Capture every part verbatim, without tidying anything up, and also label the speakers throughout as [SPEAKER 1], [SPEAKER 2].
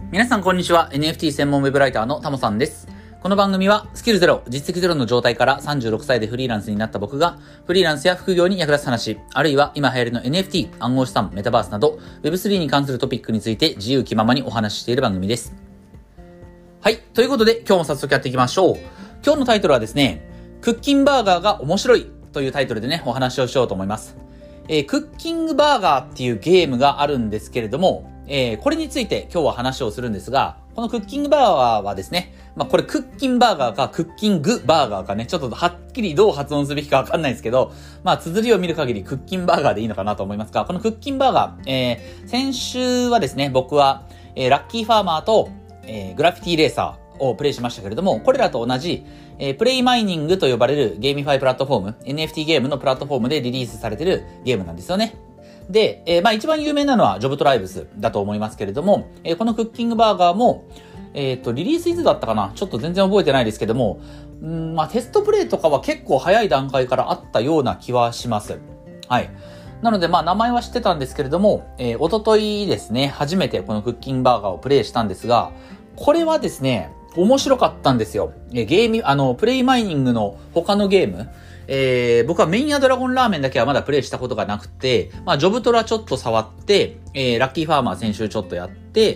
[SPEAKER 1] 皆さんこんにちは。 エヌエフティー 専門ウェブライターのタモさんです。この番組はスキルゼロ、実績ゼロの状態からさんじゅうろくさいでフリーランスになった僕がフリーランスや副業に役立つ話、あるいは今流行りの エヌエフティー、暗号資産、メタバースなど ウェブスリー に関するトピックについて自由気ままにお話ししている番組です。はい。ということで今日も早速やっていきましょう。今日のタイトルはですね、クッキンバーガーが面白いというタイトルでね、お話をしようと思います。えー、クッキングバーガーっていうゲームがあるんですけれども、えー、これについて今日は話をするんですが、このクッキングバーガーはですね、まあこれクッキンバーガーかクッキングバーガーかね、ちょっとはっきりどう発音すべきかわかんないですけど、まあ綴りを見る限りクッキンバーガーでいいのかなと思いますが、このクッキンバーガー、えー、先週はですね、僕は、えー、ラッキーファーマーと、えー、グラフィティレーサーをプレイしましたけれども、これらと同じ、えー、プレイマイニングと呼ばれるゲーミファイプラットフォーム、エヌエフティー ゲームのプラットフォームでリリースされているゲームなんですよね。で、えー、まあ一番有名なのはジョブトライブスだと思いますけれども、えー、このクッキングバーガーも、えっと、リリースいつだったかなちょっと全然覚えてないですけども、うん、まあテストプレイとかは結構早い段階からあったような気はします。はい。なのでまあ名前は知ってたんですけれども、えー、おとといですね、初めてこのクッキングバーガーをプレイしたんですが、これはですね、面白かったんですよ。えー、ゲーム、あの、プレイマイニングの他のゲーム、えー、僕はメインやドラゴンラーメンだけはまだプレイしたことがなくて、まあ、ジョブトラちょっと触って、えー、ラッキーファーマー先週ちょっとやって、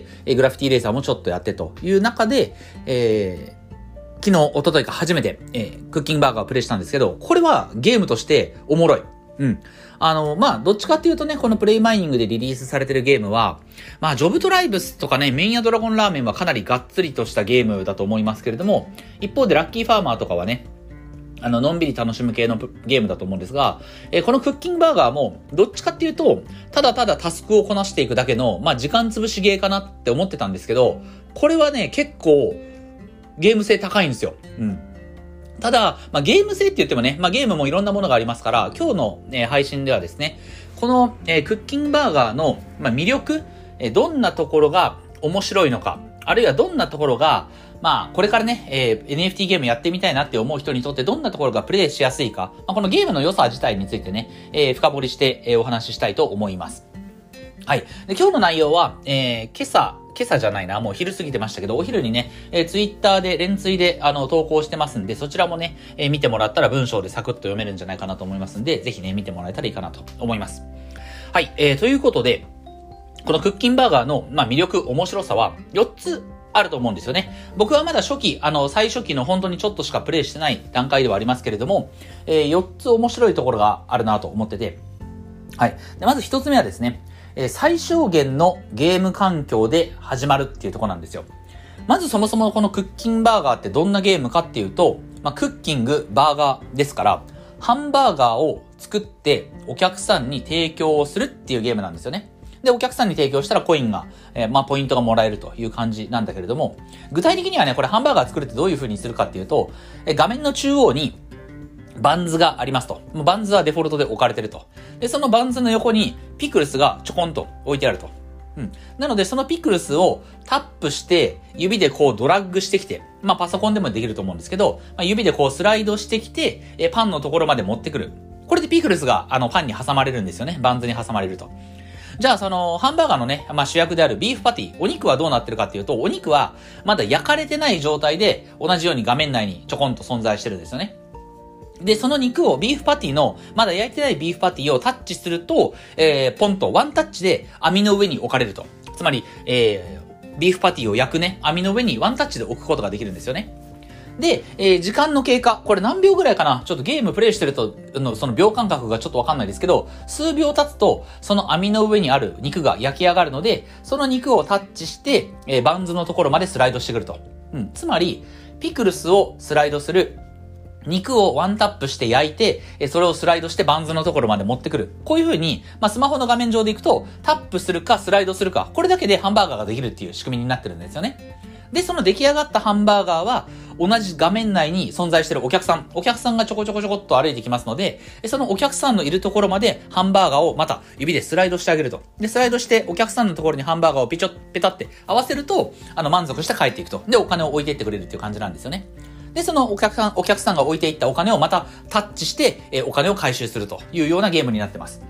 [SPEAKER 1] えー、グラフィティレーサーもちょっとやってという中で、えー、昨日、一昨日か初めて、えー、クッキングバーガーをプレイしたんですけど、これはゲームとしておもろい。うん。あの、まあ、どっちかっていうとね、このプレイマイニングでリリースされてるゲームは、まあ、ジョブトライブスとかね、メインやドラゴンラーメンはかなりがっつりとしたゲームだと思いますけれども、一方でラッキーファーマーとかはね、あの、のんびり楽しむ系のゲームだと思うんですが、えー、このクッキングバーガーも、どっちかっていうと、ただただタスクをこなしていくだけの、まあ、時間潰しゲーかなって思ってたんですけど、これはね、結構、ゲーム性高いんですよ。うん。ただ、まあ、ゲーム性って言ってもね、まあ、ゲームもいろんなものがありますから、今日の、えー、配信ではですね、この、えー、クッキングバーガーの、まあ、魅力、えー、どんなところが面白いのか、あるいはどんなところが、まあ、これからね、えー、エヌエフティー ゲームやってみたいなって思う人にとってどんなところがプレイしやすいか、まあ、このゲームの良さ自体についてね、えー、深掘りして、えー、お話ししたいと思います。はい。で、今日の内容は、えー、今朝、今朝じゃないな、もう昼過ぎてましたけど、お昼にね、えー、ツイッターで、連ツイで、あの、投稿してますんで、そちらもね、えー、見てもらったら文章でサクッと読めるんじゃないかなと思いますんで、ぜひね、見てもらえたらいいかなと思います。はい。えー、ということで、このクッキンバーガーの、まあ、魅力、面白さはよっつあると思うんですよね。僕はまだ初期、あの、最初期の本当にちょっとしかプレイしてない段階ではありますけれども、えー、よっつ面白いところがあるなと思ってて、はい。で、まずひとつめはですね、えー、最小限のゲーム環境で始まるっていうところなんですよ。まずそもそもこのクッキングバーガーってどんなゲームかっていうと、まあ、クッキングバーガーですから、ハンバーガーを作ってお客さんに提供をするっていうゲームなんですよね。で、お客さんに提供したらコインが、えー、まあ、ポイントがもらえるという感じなんだけれども、具体的にはね、これハンバーガー作るってどういう風にするかっていうと、えー、画面の中央にバンズがありますと。バンズはデフォルトで置かれてると。で、そのバンズの横にピクルスがちょこんと置いてあると。うん。なので、そのピクルスをタップして、指でこうドラッグしてきて、まあ、パソコンでもできると思うんですけど、まあ、指でこうスライドしてきて、えー、パンのところまで持ってくる。これでピクルスがあのパンに挟まれるんですよね。バンズに挟まれると。じゃあそのハンバーガーのね、まあ主役であるビーフパティ、お肉はどうなってるかっていうと、お肉はまだ焼かれてない状態で同じように画面内にちょこんと存在してるんですよね。で、その肉をビーフパティの、まだ焼いてないビーフパティをタッチすると、えー、ポンとワンタッチで網の上に置かれると。つまり、えー、ビーフパティを焼くね、網の上にワンタッチで置くことができるんですよね。で、えー、時間の経過、これ何秒ぐらいかなちょっとゲームプレイしてると、のその秒間隔がちょっとわかんないですけど、数秒経つと、その網の上にある肉が焼き上がるので、その肉をタッチして、えー、バンズのところまでスライドしてくると。うん。つまり、ピクルスをスライドする、肉をワンタップして焼いて、それをスライドしてバンズのところまで持ってくる。こういう風に、まあ、スマホの画面上でいくと、タップするかスライドするか、これだけでハンバーガーができるっていう仕組みになってるんですよね。で、その出来上がったハンバーガーは、同じ画面内に存在しているお客さん、お客さんがちょこちょこちょこっと歩いてきますので、そのお客さんのいるところまでハンバーガーをまた指でスライドしてあげると。で、スライドしてお客さんのところにハンバーガーをピチョッペタって合わせると、あの、満足して帰っていくと。で、お金を置いていってくれるっていう感じなんですよね。で、そのお客さん、お客さんが置いていったお金をまたタッチして、えー、お金を回収するというようなゲームになってます。ま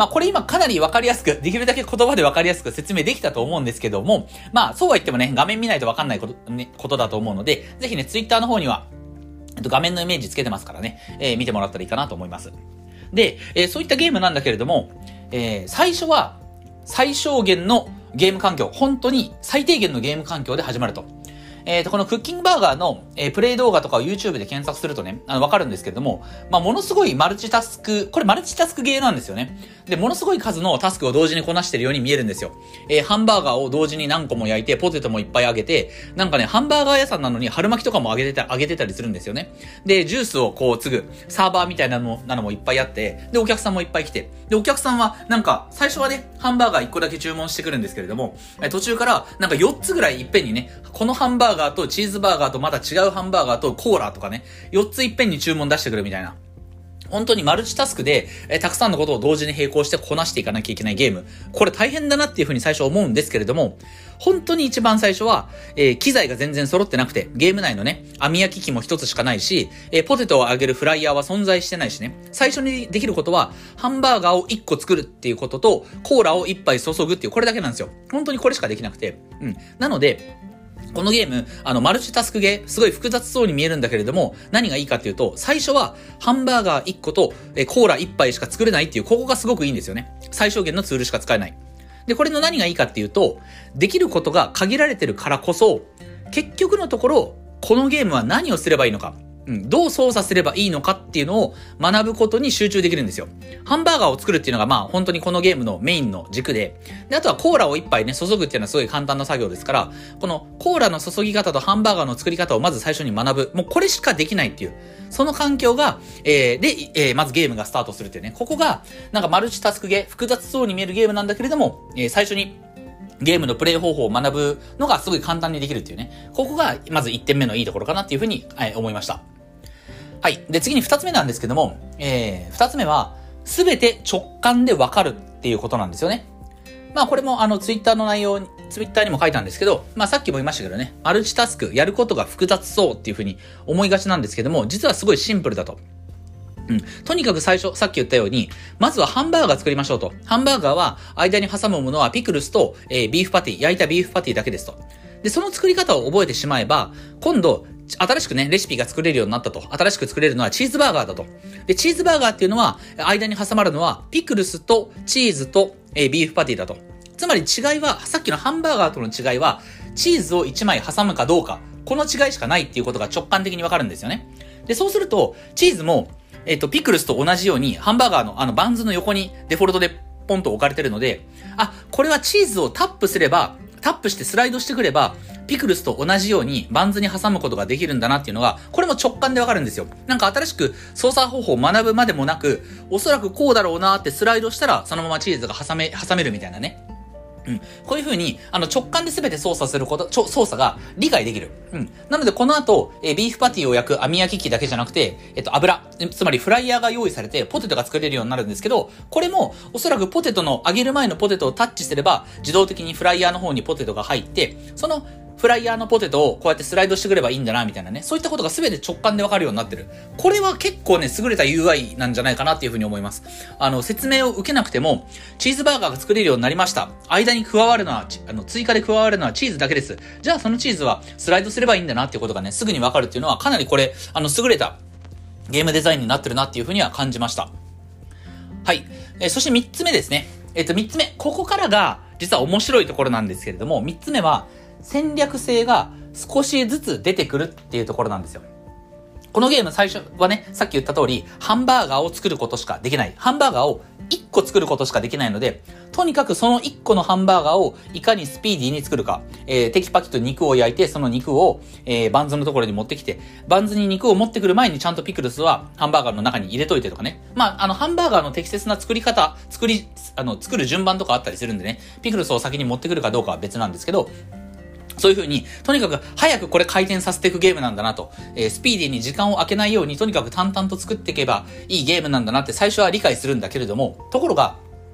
[SPEAKER 1] まあこれ今かなりわかりやすく、できるだけ言葉でわかりやすく説明できたと思うんですけども、まあそうは言ってもね、画面見ないとわかんないこと、ね、ことだと思うので、ぜひね、ツイッターの方には、えっと、画面のイメージつけてますからね、えー、見てもらったらいいかなと思います。で、えー、そういったゲームなんだけれども、えー、最初は最小限のゲーム環境、本当に最低限のゲーム環境で始まると。えっと、このクッキングバーガーの、えー、プレイ動画とかを YouTube で検索するとね、あの、わかるんですけれども、まあ、ものすごいマルチタスク、これマルチタスクゲーなんですよね。で、ものすごい数のタスクを同時にこなしてるように見えるんですよ。えー、ハンバーガーを同時に何個も焼いて、ポテトもいっぱい揚げて、なんかね、ハンバーガー屋さんなのに春巻きとかも揚げてた、揚げてたりするんですよね。で、ジュースをこう継ぐ、サーバーみたいなのなのもいっぱいあって、で、お客さんもいっぱい来て、で、お客さんは、なんか、最初はね、ハンバーガーいっこだけ注文してくるんですけれども、えー、途中から、なんかよっつぐらいいっぺんにね、このハンバーガーとチーズバーガーバーガーとまた違うハンバーガーとコーラとかね、よっついっぺんに注文出してくるみたいな。本当にマルチタスクで、えー、たくさんのことを同時に並行してこなしていかなきゃいけないゲーム。これ大変だなっていうふうに最初思うんですけれども、本当に一番最初は、えー、機材が全然揃ってなくて、ゲーム内のね、網焼き機も一つしかないし、えー、ポテトを揚げるフライヤーは存在してないしね、最初にできることは、ハンバーガーをいっこ作るっていうことと、コーラをいっぱい注ぐっていうこれだけなんですよ。本当にこれしかできなくて。うん。なので、このゲーム、あの、マルチタスクゲー、すごい複雑そうに見えるんだけれども、何がいいかっていうと、最初は、ハンバーガーいっこと、え、コーラいっぱいしか作れないっていう、ここがすごくいいんですよね。最小限のツールしか使えない。で、これの何がいいかっていうと、できることが限られてるからこそ、結局のところ、このゲームは何をすればいいのか。うん、どう操作すればいいのかっていうのを学ぶことに集中できるんですよ。ハンバーガーを作るっていうのがまあ本当にこのゲームのメインの軸で、で、あとはコーラを一杯ね、注ぐっていうのはすごい簡単な作業ですから、このコーラの注ぎ方とハンバーガーの作り方をまず最初に学ぶ。もうこれしかできないっていう、その環境が、えー、で、えー、まずゲームがスタートするっていうね、ここがなんかマルチタスクゲー、複雑そうに見えるゲームなんだけれども、えー、最初にゲームのプレイ方法を学ぶのがすごい簡単にできるっていうね、ここがまずいってんめのいいところかなっていうふうに、はい、思いました。はい。で、次に二つ目なんですけども、えー、二つ目は、すべて直感でわかるっていうことなんですよね。まあこれもあのツイッターの内容に、ツイッターにも書いたんですけど、まあさっきも言いましたけどね、マルチタスク、やることが複雑そうっていうふうに思いがちなんですけども、実はすごいシンプルだと。うん。とにかく最初、さっき言ったように、まずはハンバーガー作りましょうと。ハンバーガーは、間に挟むものはピクルスと、えー、ビーフパティ、焼いたビーフパティだけですと。で、その作り方を覚えてしまえば、今度、新しくね、レシピが作れるようになったと。新しく作れるのはチーズバーガーだと。で、チーズバーガーっていうのは、間に挟まるのは、ピクルスとチーズと、えー、ビーフパティだと。つまり違いは、さっきのハンバーガーとの違いは、チーズをいちまい挟むかどうか、この違いしかないっていうことが直感的にわかるんですよね。で、そうすると、チーズも、えっと、ピクルスと同じように、ハンバーガーのあのバンズの横にデフォルトでポンと置かれてるので、あ、これはチーズをタップすれば、タップしてスライドしてくれば、ピクルスと同じようにバンズに挟むことができるんだなっていうのが、これも直感でわかるんですよ。なんか新しく操作方法を学ぶまでもなく、おそらくこうだろうなってスライドしたら、そのままチーズが挟め、挟めるみたいなね。うん。こういう風に、あの、直感で全て操作すること、ちょ、操作が理解できる。うん。なので、この後、えー、ビーフパティを焼く網焼き器だけじゃなくて、えっと、油、つまりフライヤーが用意されて、ポテトが作れるようになるんですけど、これも、おそらくポテトの、揚げる前のポテトをタッチすれば、自動的にフライヤーの方にポテトが入って、その、フライヤーのポテトをこうやってスライドしてくればいいんだな、みたいなね。そういったことが全て直感でわかるようになってる。これは結構ね、優れた ユーアイ なんじゃないかなっていうふうに思います。あの、説明を受けなくても、チーズバーガーが作れるようになりました。間に加わるのは、あの、追加で加わるのはチーズだけです。じゃあそのチーズはスライドすればいいんだなっていうことがね、すぐにわかるっていうのはかなりこれ、あの、優れたゲームデザインになってるなっていうふうには感じました。はい。えー、そして三つ目ですね。えっと、三つ目。ここからが、実は面白いところなんですけれども、三つ目は、戦略性が少しずつ出てくるっていうところなんですよ。このゲーム最初はね、さっき言った通り、ハンバーガーを作ることしかできない。ハンバーガーをいっこ作ることしかできないので、とにかくそのいっこのハンバーガーをいかにスピーディーに作るか、えー、テキパキと肉を焼いて、その肉を、えー、バンズのところに持ってきて、バンズに肉を持ってくる前にちゃんとピクルスはハンバーガーの中に入れといてとかね。まあ、あの、ハンバーガーの適切な作り方、作り、あの、作る順番とかあったりするんでね、ピクルスを先に持ってくるかどうかは別なんですけど、そういう風に、とにかく早くこれ回転させていくゲームなんだなと、えー、スピーディーに時間を空けないようにとにかく淡々と作っていけばいいゲームなんだなって最初は理解するんだけれども、ところが、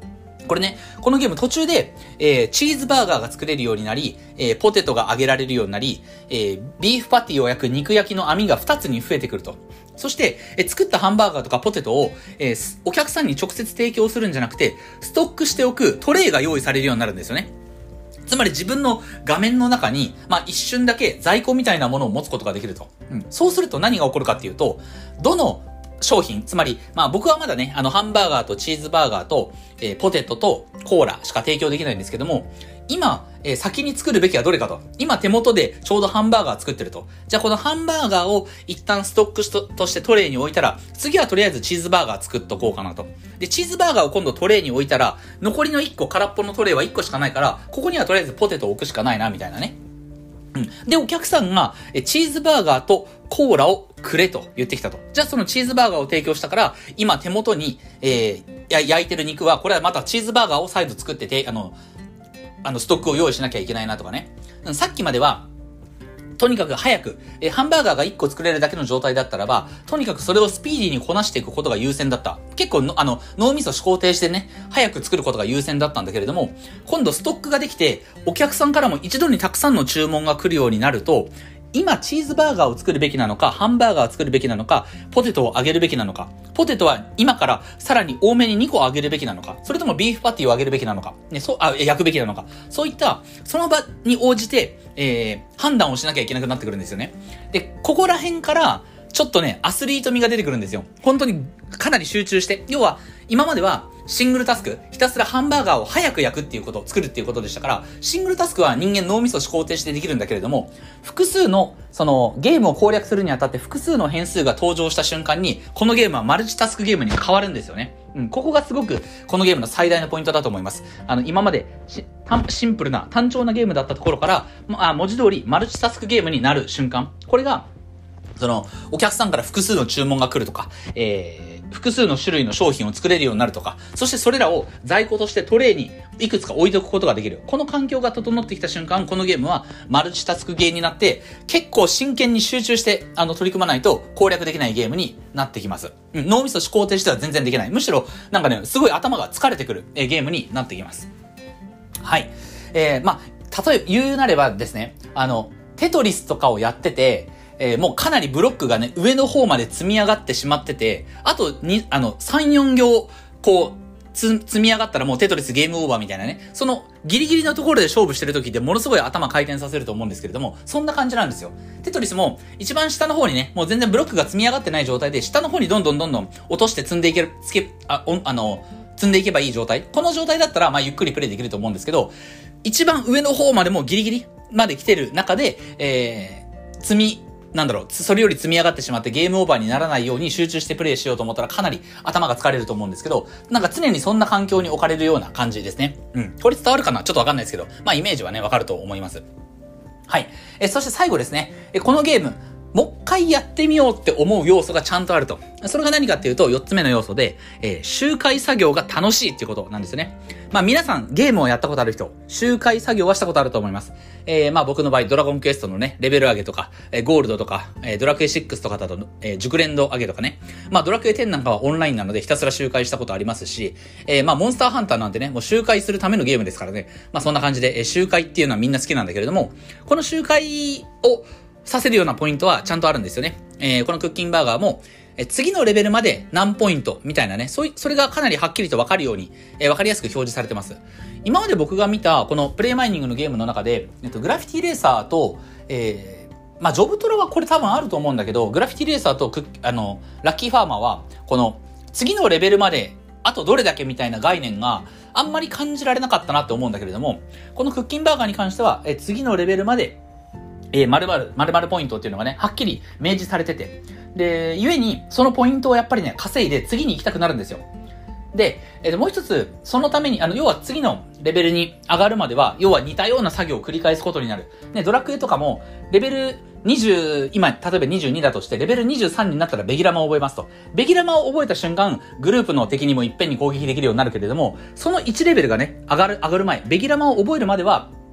[SPEAKER 1] これね、このゲーム途中で、えー、チーズバーガーが作れるようになり、えー、ポテトが揚げられるようになり、えー、ビーフパティを焼く肉焼きの網がふたつに増えてくると。そして、えー、作ったハンバーガーとかポテトを、えー、お客さんに直接提供するんじゃなくて、ストックしておくトレイが用意されるようになるんですよね。つまり自分の画面の中に、まあ一瞬だけ在庫みたいなものを持つことができると。うん。そうすると何が起こるかっていうと、どの商品、つまり、まあ僕はまだね、あのハンバーガーとチーズバーガーと、えー、ポテトとコーラしか提供できないんですけども、今、えー、先に作るべきはどれかと。今手元でちょうどハンバーガー作ってると。じゃあこのハンバーガーを一旦ストックとしてトレイに置いたら、次はとりあえずチーズバーガー作っとこうかなと。で、チーズバーガーを今度トレイに置いたら、残りのいっこ空っぽのトレイはいっこしかないから、ここにはとりあえずポテトを置くしかないな、みたいなね。うん。で、お客さんが、え、チーズバーガーとコーラをくれと言ってきたと。じゃあそのチーズバーガーを提供したから、今手元に、えー、や、焼いてる肉は、これはまたチーズバーガーを再度作ってて、あの、あの、ストックを用意しなきゃいけないなとかね。さっきまでは、とにかく早く、え、ハンバーガーがいっこ作れるだけの状態だったらば、とにかくそれをスピーディーにこなしていくことが優先だった。結構の、あの、脳みそ思考停止でね、早く作ることが優先だったんだけれども、今度ストックができて、お客さんからも一度にたくさんの注文が来るようになると、今チーズバーガーを作るべきなのか、ハンバーガーを作るべきなのか、ポテトを揚げるべきなのか、ポテトは今からさらに多めににこ揚げるべきなのか、それともビーフパティを揚げるべきなのか、ね、そう、あ、焼くべきなのか、そういった、その場に応じて、えー、判断をしなきゃいけなくなってくるんですよね。で、ここら辺から、ちょっとね、アスリート味が出てくるんですよ。本当にかなり集中して。要は、今までは、シングルタスク、ひたすらハンバーガーを早く焼くっていうこと、作るっていうことでしたから、シングルタスクは人間脳みそ思考停止でできるんだけれども、複数の、その、ゲームを攻略するにあたって複数の変数が登場した瞬間に、このゲームはマルチタスクゲームに変わるんですよね。うん、ここがすごく、このゲームの最大のポイントだと思います。あの、今までし、シンプルな、単調なゲームだったところから、まあ、文字通りマルチタスクゲームになる瞬間。これが、その、お客さんから複数の注文が来るとか、えー、複数の種類の商品を作れるようになるとか、そしてそれらを在庫としてトレイにいくつか置いておくことができる。この環境が整ってきた瞬間、このゲームはマルチタスクゲーになって、結構真剣に集中して、あの、取り組まないと攻略できないゲームになってきます。うん、脳みそ思考停止では全然できない。むしろ、なんかね、すごい頭が疲れてくる、えー、ゲームになってきます。はい。えー、まあ、例えば言うなればですね、あの、テトリスとかをやってて、えー、もうかなりブロックがね、上の方まで積み上がってしまってて、あとに、あの、さん、よん行、こう、つ、積み上がったらもうテトリスゲームオーバーみたいなね、そのギリギリのところで勝負してる時ってものすごい頭回転させると思うんですけれども、そんな感じなんですよ。テトリスも一番下の方にね、もう全然ブロックが積み上がってない状態で、下の方にどんどんどんどん落として積んでいける、つけ、あ、お、あの、積んでいけばいい状態。この状態だったら、まあゆっくりプレイできると思うんですけど、一番上の方までもギリギリまで来てる中で、えー、積み、なんだろう、それより積み上がってしまってゲームオーバーにならないように集中してプレイしようと思ったらかなり頭が疲れると思うんですけど、なんか常にそんな環境に置かれるような感じですね。うん。これ伝わるかなちょっとわかんないですけど、まあイメージはね、わかると思います。はい。え、そして最後ですね、え、このゲーム、もう一回やってみようって思う要素がちゃんとあると。それが何かっていうと、四つ目の要素で、えー、周回作業が楽しいっていうことなんですよね。まあ皆さんゲームをやったことある人、周回作業はしたことあると思います。えー、まあ僕の場合、ドラゴンクエストのね、レベル上げとか、えー、ゴールドとか、えー、ドラクエシックスとかだと、えー、熟練度上げとかね。まあドラクエテンなんかはオンラインなのでひたすら周回したことありますし、えー、まあモンスターハンターなんてね、もう周回するためのゲームですからね。まあそんな感じで、えー、周回っていうのはみんな好きなんだけれども、この周回をさせるようなポイントはちゃんとあるんですよね。えー、このクッキンバーガーも、えー、次のレベルまで何ポイントみたいなね、そうい、それがかなりはっきりとわかるように、えー、わかりやすく表示されてます。今まで僕が見た、このプレイマイニングのゲームの中で、えっと、グラフィティレーサーと、えー、まあ、ジョブトラはこれ多分あると思うんだけど、グラフィティレーサーとクッ、あの、ラッキーファーマーは、この、次のレベルまで、あとどれだけみたいな概念があんまり感じられなかったなって思うんだけれども、このクッキンバーガーに関しては、えー、次のレベルまで、えー、〇〇、〇〇ポイントっていうのがね、はっきり明示されてて。で、ゆえに、そのポイントをやっぱりね、稼いで次に行きたくなるんですよ。で、えー、もう一つ、そのために、あの、要は次のレベルに上がるまでは、要は似たような作業を繰り返すことになる。ね、ドラクエとかも、レベルにじゅう、今、例えばにじゅうにだとして、レベルにじゅうさんになったらベギラマを覚えますと。ベギラマを覚えた瞬間、グループの敵にもいっぺんに攻撃できるようになるけれども、そのいちレベルがね、上がる、上がる前、ベギラマを覚えるまでは、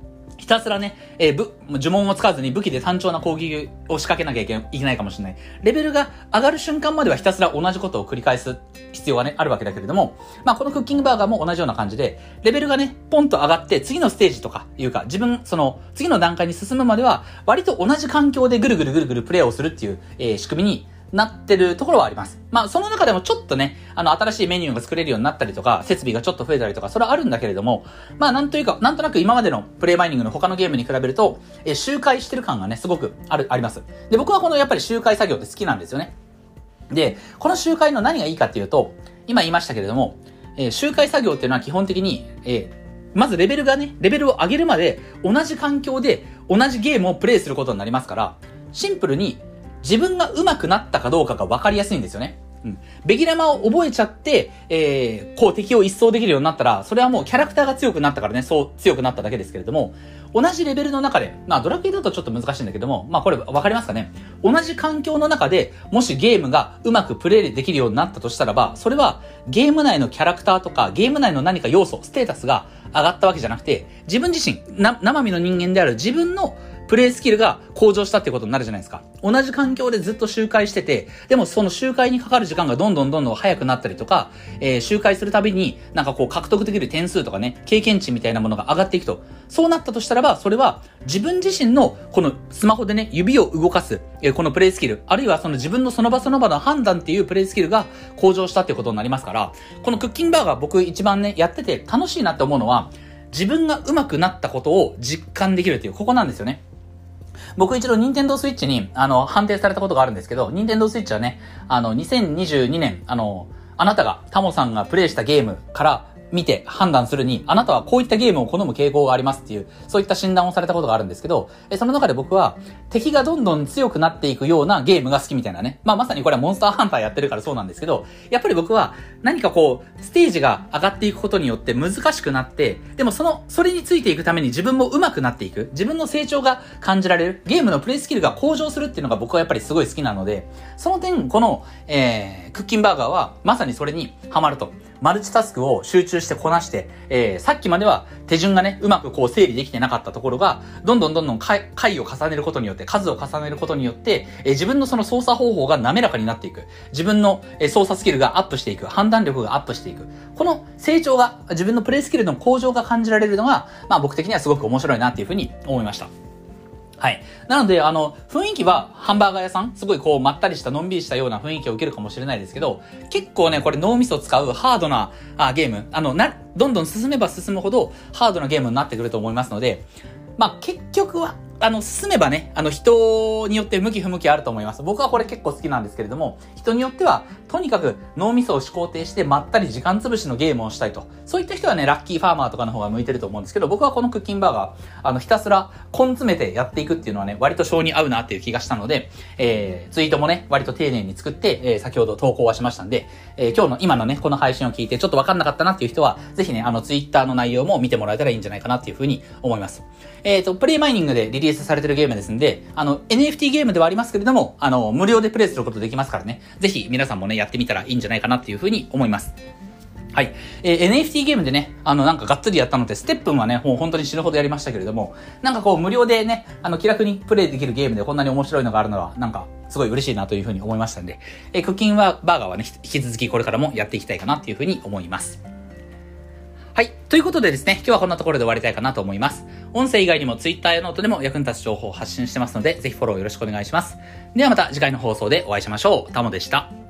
[SPEAKER 1] ひたすらね、えー、ぶ、呪文を使わずに武器で単調な攻撃を仕掛けなきゃいけないかもしれない。レベルが上がる瞬間まではひたすら同じことを繰り返す必要がね、あるわけだけれども、まあこのクッキングバーガーも同じような感じで、レベルがね、ポンと上がって次のステージとかいうか、自分、その、次の段階に進むまでは、割と同じ環境でぐるぐるぐるぐるプレイをするっていう、えー、仕組みに、なってるところはあります。まあ、その中でもちょっとね、あの、新しいメニューが作れるようになったりとか、設備がちょっと増えたりとか、それはあるんだけれども、まあ、なんというか、なんとなく今までのプレイマイニングの他のゲームに比べると、えー、周回してる感がね、すごくある、あります。で、僕はこのやっぱり周回作業って好きなんですよね。で、この周回の何がいいかっていうと、今言いましたけれども、えー、周回作業っていうのは基本的に、えー、まずレベルがね、レベルを上げるまで同じ環境で同じゲームをプレイすることになりますから、シンプルに自分が上手くなったかどうかが分かりやすいんですよね。うん。ベギラマを覚えちゃって、えー、こう敵を一掃できるようになったら、それはもうキャラクターが強くなったからね、そう強くなっただけですけれども、同じレベルの中で、まあドラクエだとちょっと難しいんだけども、まあこれ分かりますかね。同じ環境の中で、もしゲームがうまくプレイできるようになったとしたらば、それはゲーム内のキャラクターとか、ゲーム内の何か要素、ステータスが上がったわけじゃなくて、自分自身、な、生身の人間である自分のプレイスキルが向上したっていうことになるじゃないですか。同じ環境でずっと周回してて、でもその周回にかかる時間がどんどんどんどん早くなったりとか、えー、周回するたびになんかこう獲得できる点数とかね、経験値みたいなものが上がっていくと。そうなったとしたらば、それは自分自身のこのスマホでね、指を動かす、えー、このプレイスキル、あるいはその自分のその場その場の判断っていうプレイスキルが向上したっていうことになりますから、このクッキングバーガー僕一番ね、やってて楽しいなって思うのは、自分が上手くなったことを実感できるっていう、ここなんですよね。僕一度ニンテンドースイッチに、あの、判定されたことがあるんですけど、ニンテンドースイッチはね、あの、にせんにじゅうにねん、あの、あなたが、タモさんがプレイしたゲームから見て判断するに、あなたはこういったゲームを好む傾向がありますっていう、そういった診断をされたことがあるんですけど、えその中で僕は、敵がどんどん強くなっていくようなゲームが好きみたいなね。まあまさにこれはモンスターハンターやってるからそうなんですけど、やっぱり僕は何かこう、ステージが上がっていくことによって難しくなって、でもその、それについていくために自分も上手くなっていく、自分の成長が感じられる、ゲームのプレイスキルが向上するっていうのが僕はやっぱりすごい好きなので、その点、この、えー、クッキンバーガーはまさにそれにハマると。マルチタスクを集中してこなして、えー、さっきまでは手順がね、うまくこう整理できてなかったところが、どんどんどんどん回を重ねることによって、数を重ねることによって、えー、自分のその操作方法が滑らかになっていく。自分の、えー、操作スキルがアップしていく。判断力がアップしていく。この成長が、自分のプレイスキルの向上が感じられるのが、まあ僕的にはすごく面白いなっていうふうに思いました。はい。なので、あの、雰囲気はハンバーガー屋さん、すごいこう、まったりした、のんびりしたような雰囲気を受けるかもしれないですけど、結構ね、これ脳みそを使うハードなあゲーム、あの、な、どんどん進めば進むほどハードなゲームになってくると思いますので、まあ、結局は、あの、進めばね、あの、人によって向き不向きあると思います。僕はこれ結構好きなんですけれども、人によっては、とにかく脳みそを思考停してまったり時間潰しのゲームをしたいと。そういった人はね、ラッキーファーマーとかの方が向いてると思うんですけど、僕はこのクッキンバーガー、あの、ひたすら根詰めてやっていくっていうのはね、割と性に合うなっていう気がしたので、えー、ツイートもね、割と丁寧に作って、えー、先ほど投稿はしましたんで、えー、今日の今のね、この配信を聞いてちょっとわかんなかったなっていう人は、ぜひね、あの、ツイッターの内容も見てもらえたらいいんじゃないかなっていうふうに思います。えっと、プレイマイニングでリリースされてるゲームですんで、あの、エヌエフティー ゲームではありますけれども、あの、無料でプレイすることできますからね、ぜひ皆さんもね、やってみたらいいんじゃないかなっていうふうに思います。はい。えー、エヌエフティー ゲームでね、あの、なんかがっつりやったので、ステップンはね、もう本当に死ぬほどやりましたけれども、なんかこう、無料でね、あの、気楽にプレイできるゲームでこんなに面白いのがあるのは、なんか、すごい嬉しいなというふうに思いましたんで、えー、クッキンバーガーはね、引き続きこれからもやっていきたいかなっていうふうに思います。はい。ということでですね、今日はこんなところで終わりたいかなと思います。音声以外にも Twitter やノートでも役に立つ情報を発信してますので、ぜひフォローよろしくお願いします。ではまた次回の放送でお会いしましょう。タモでした。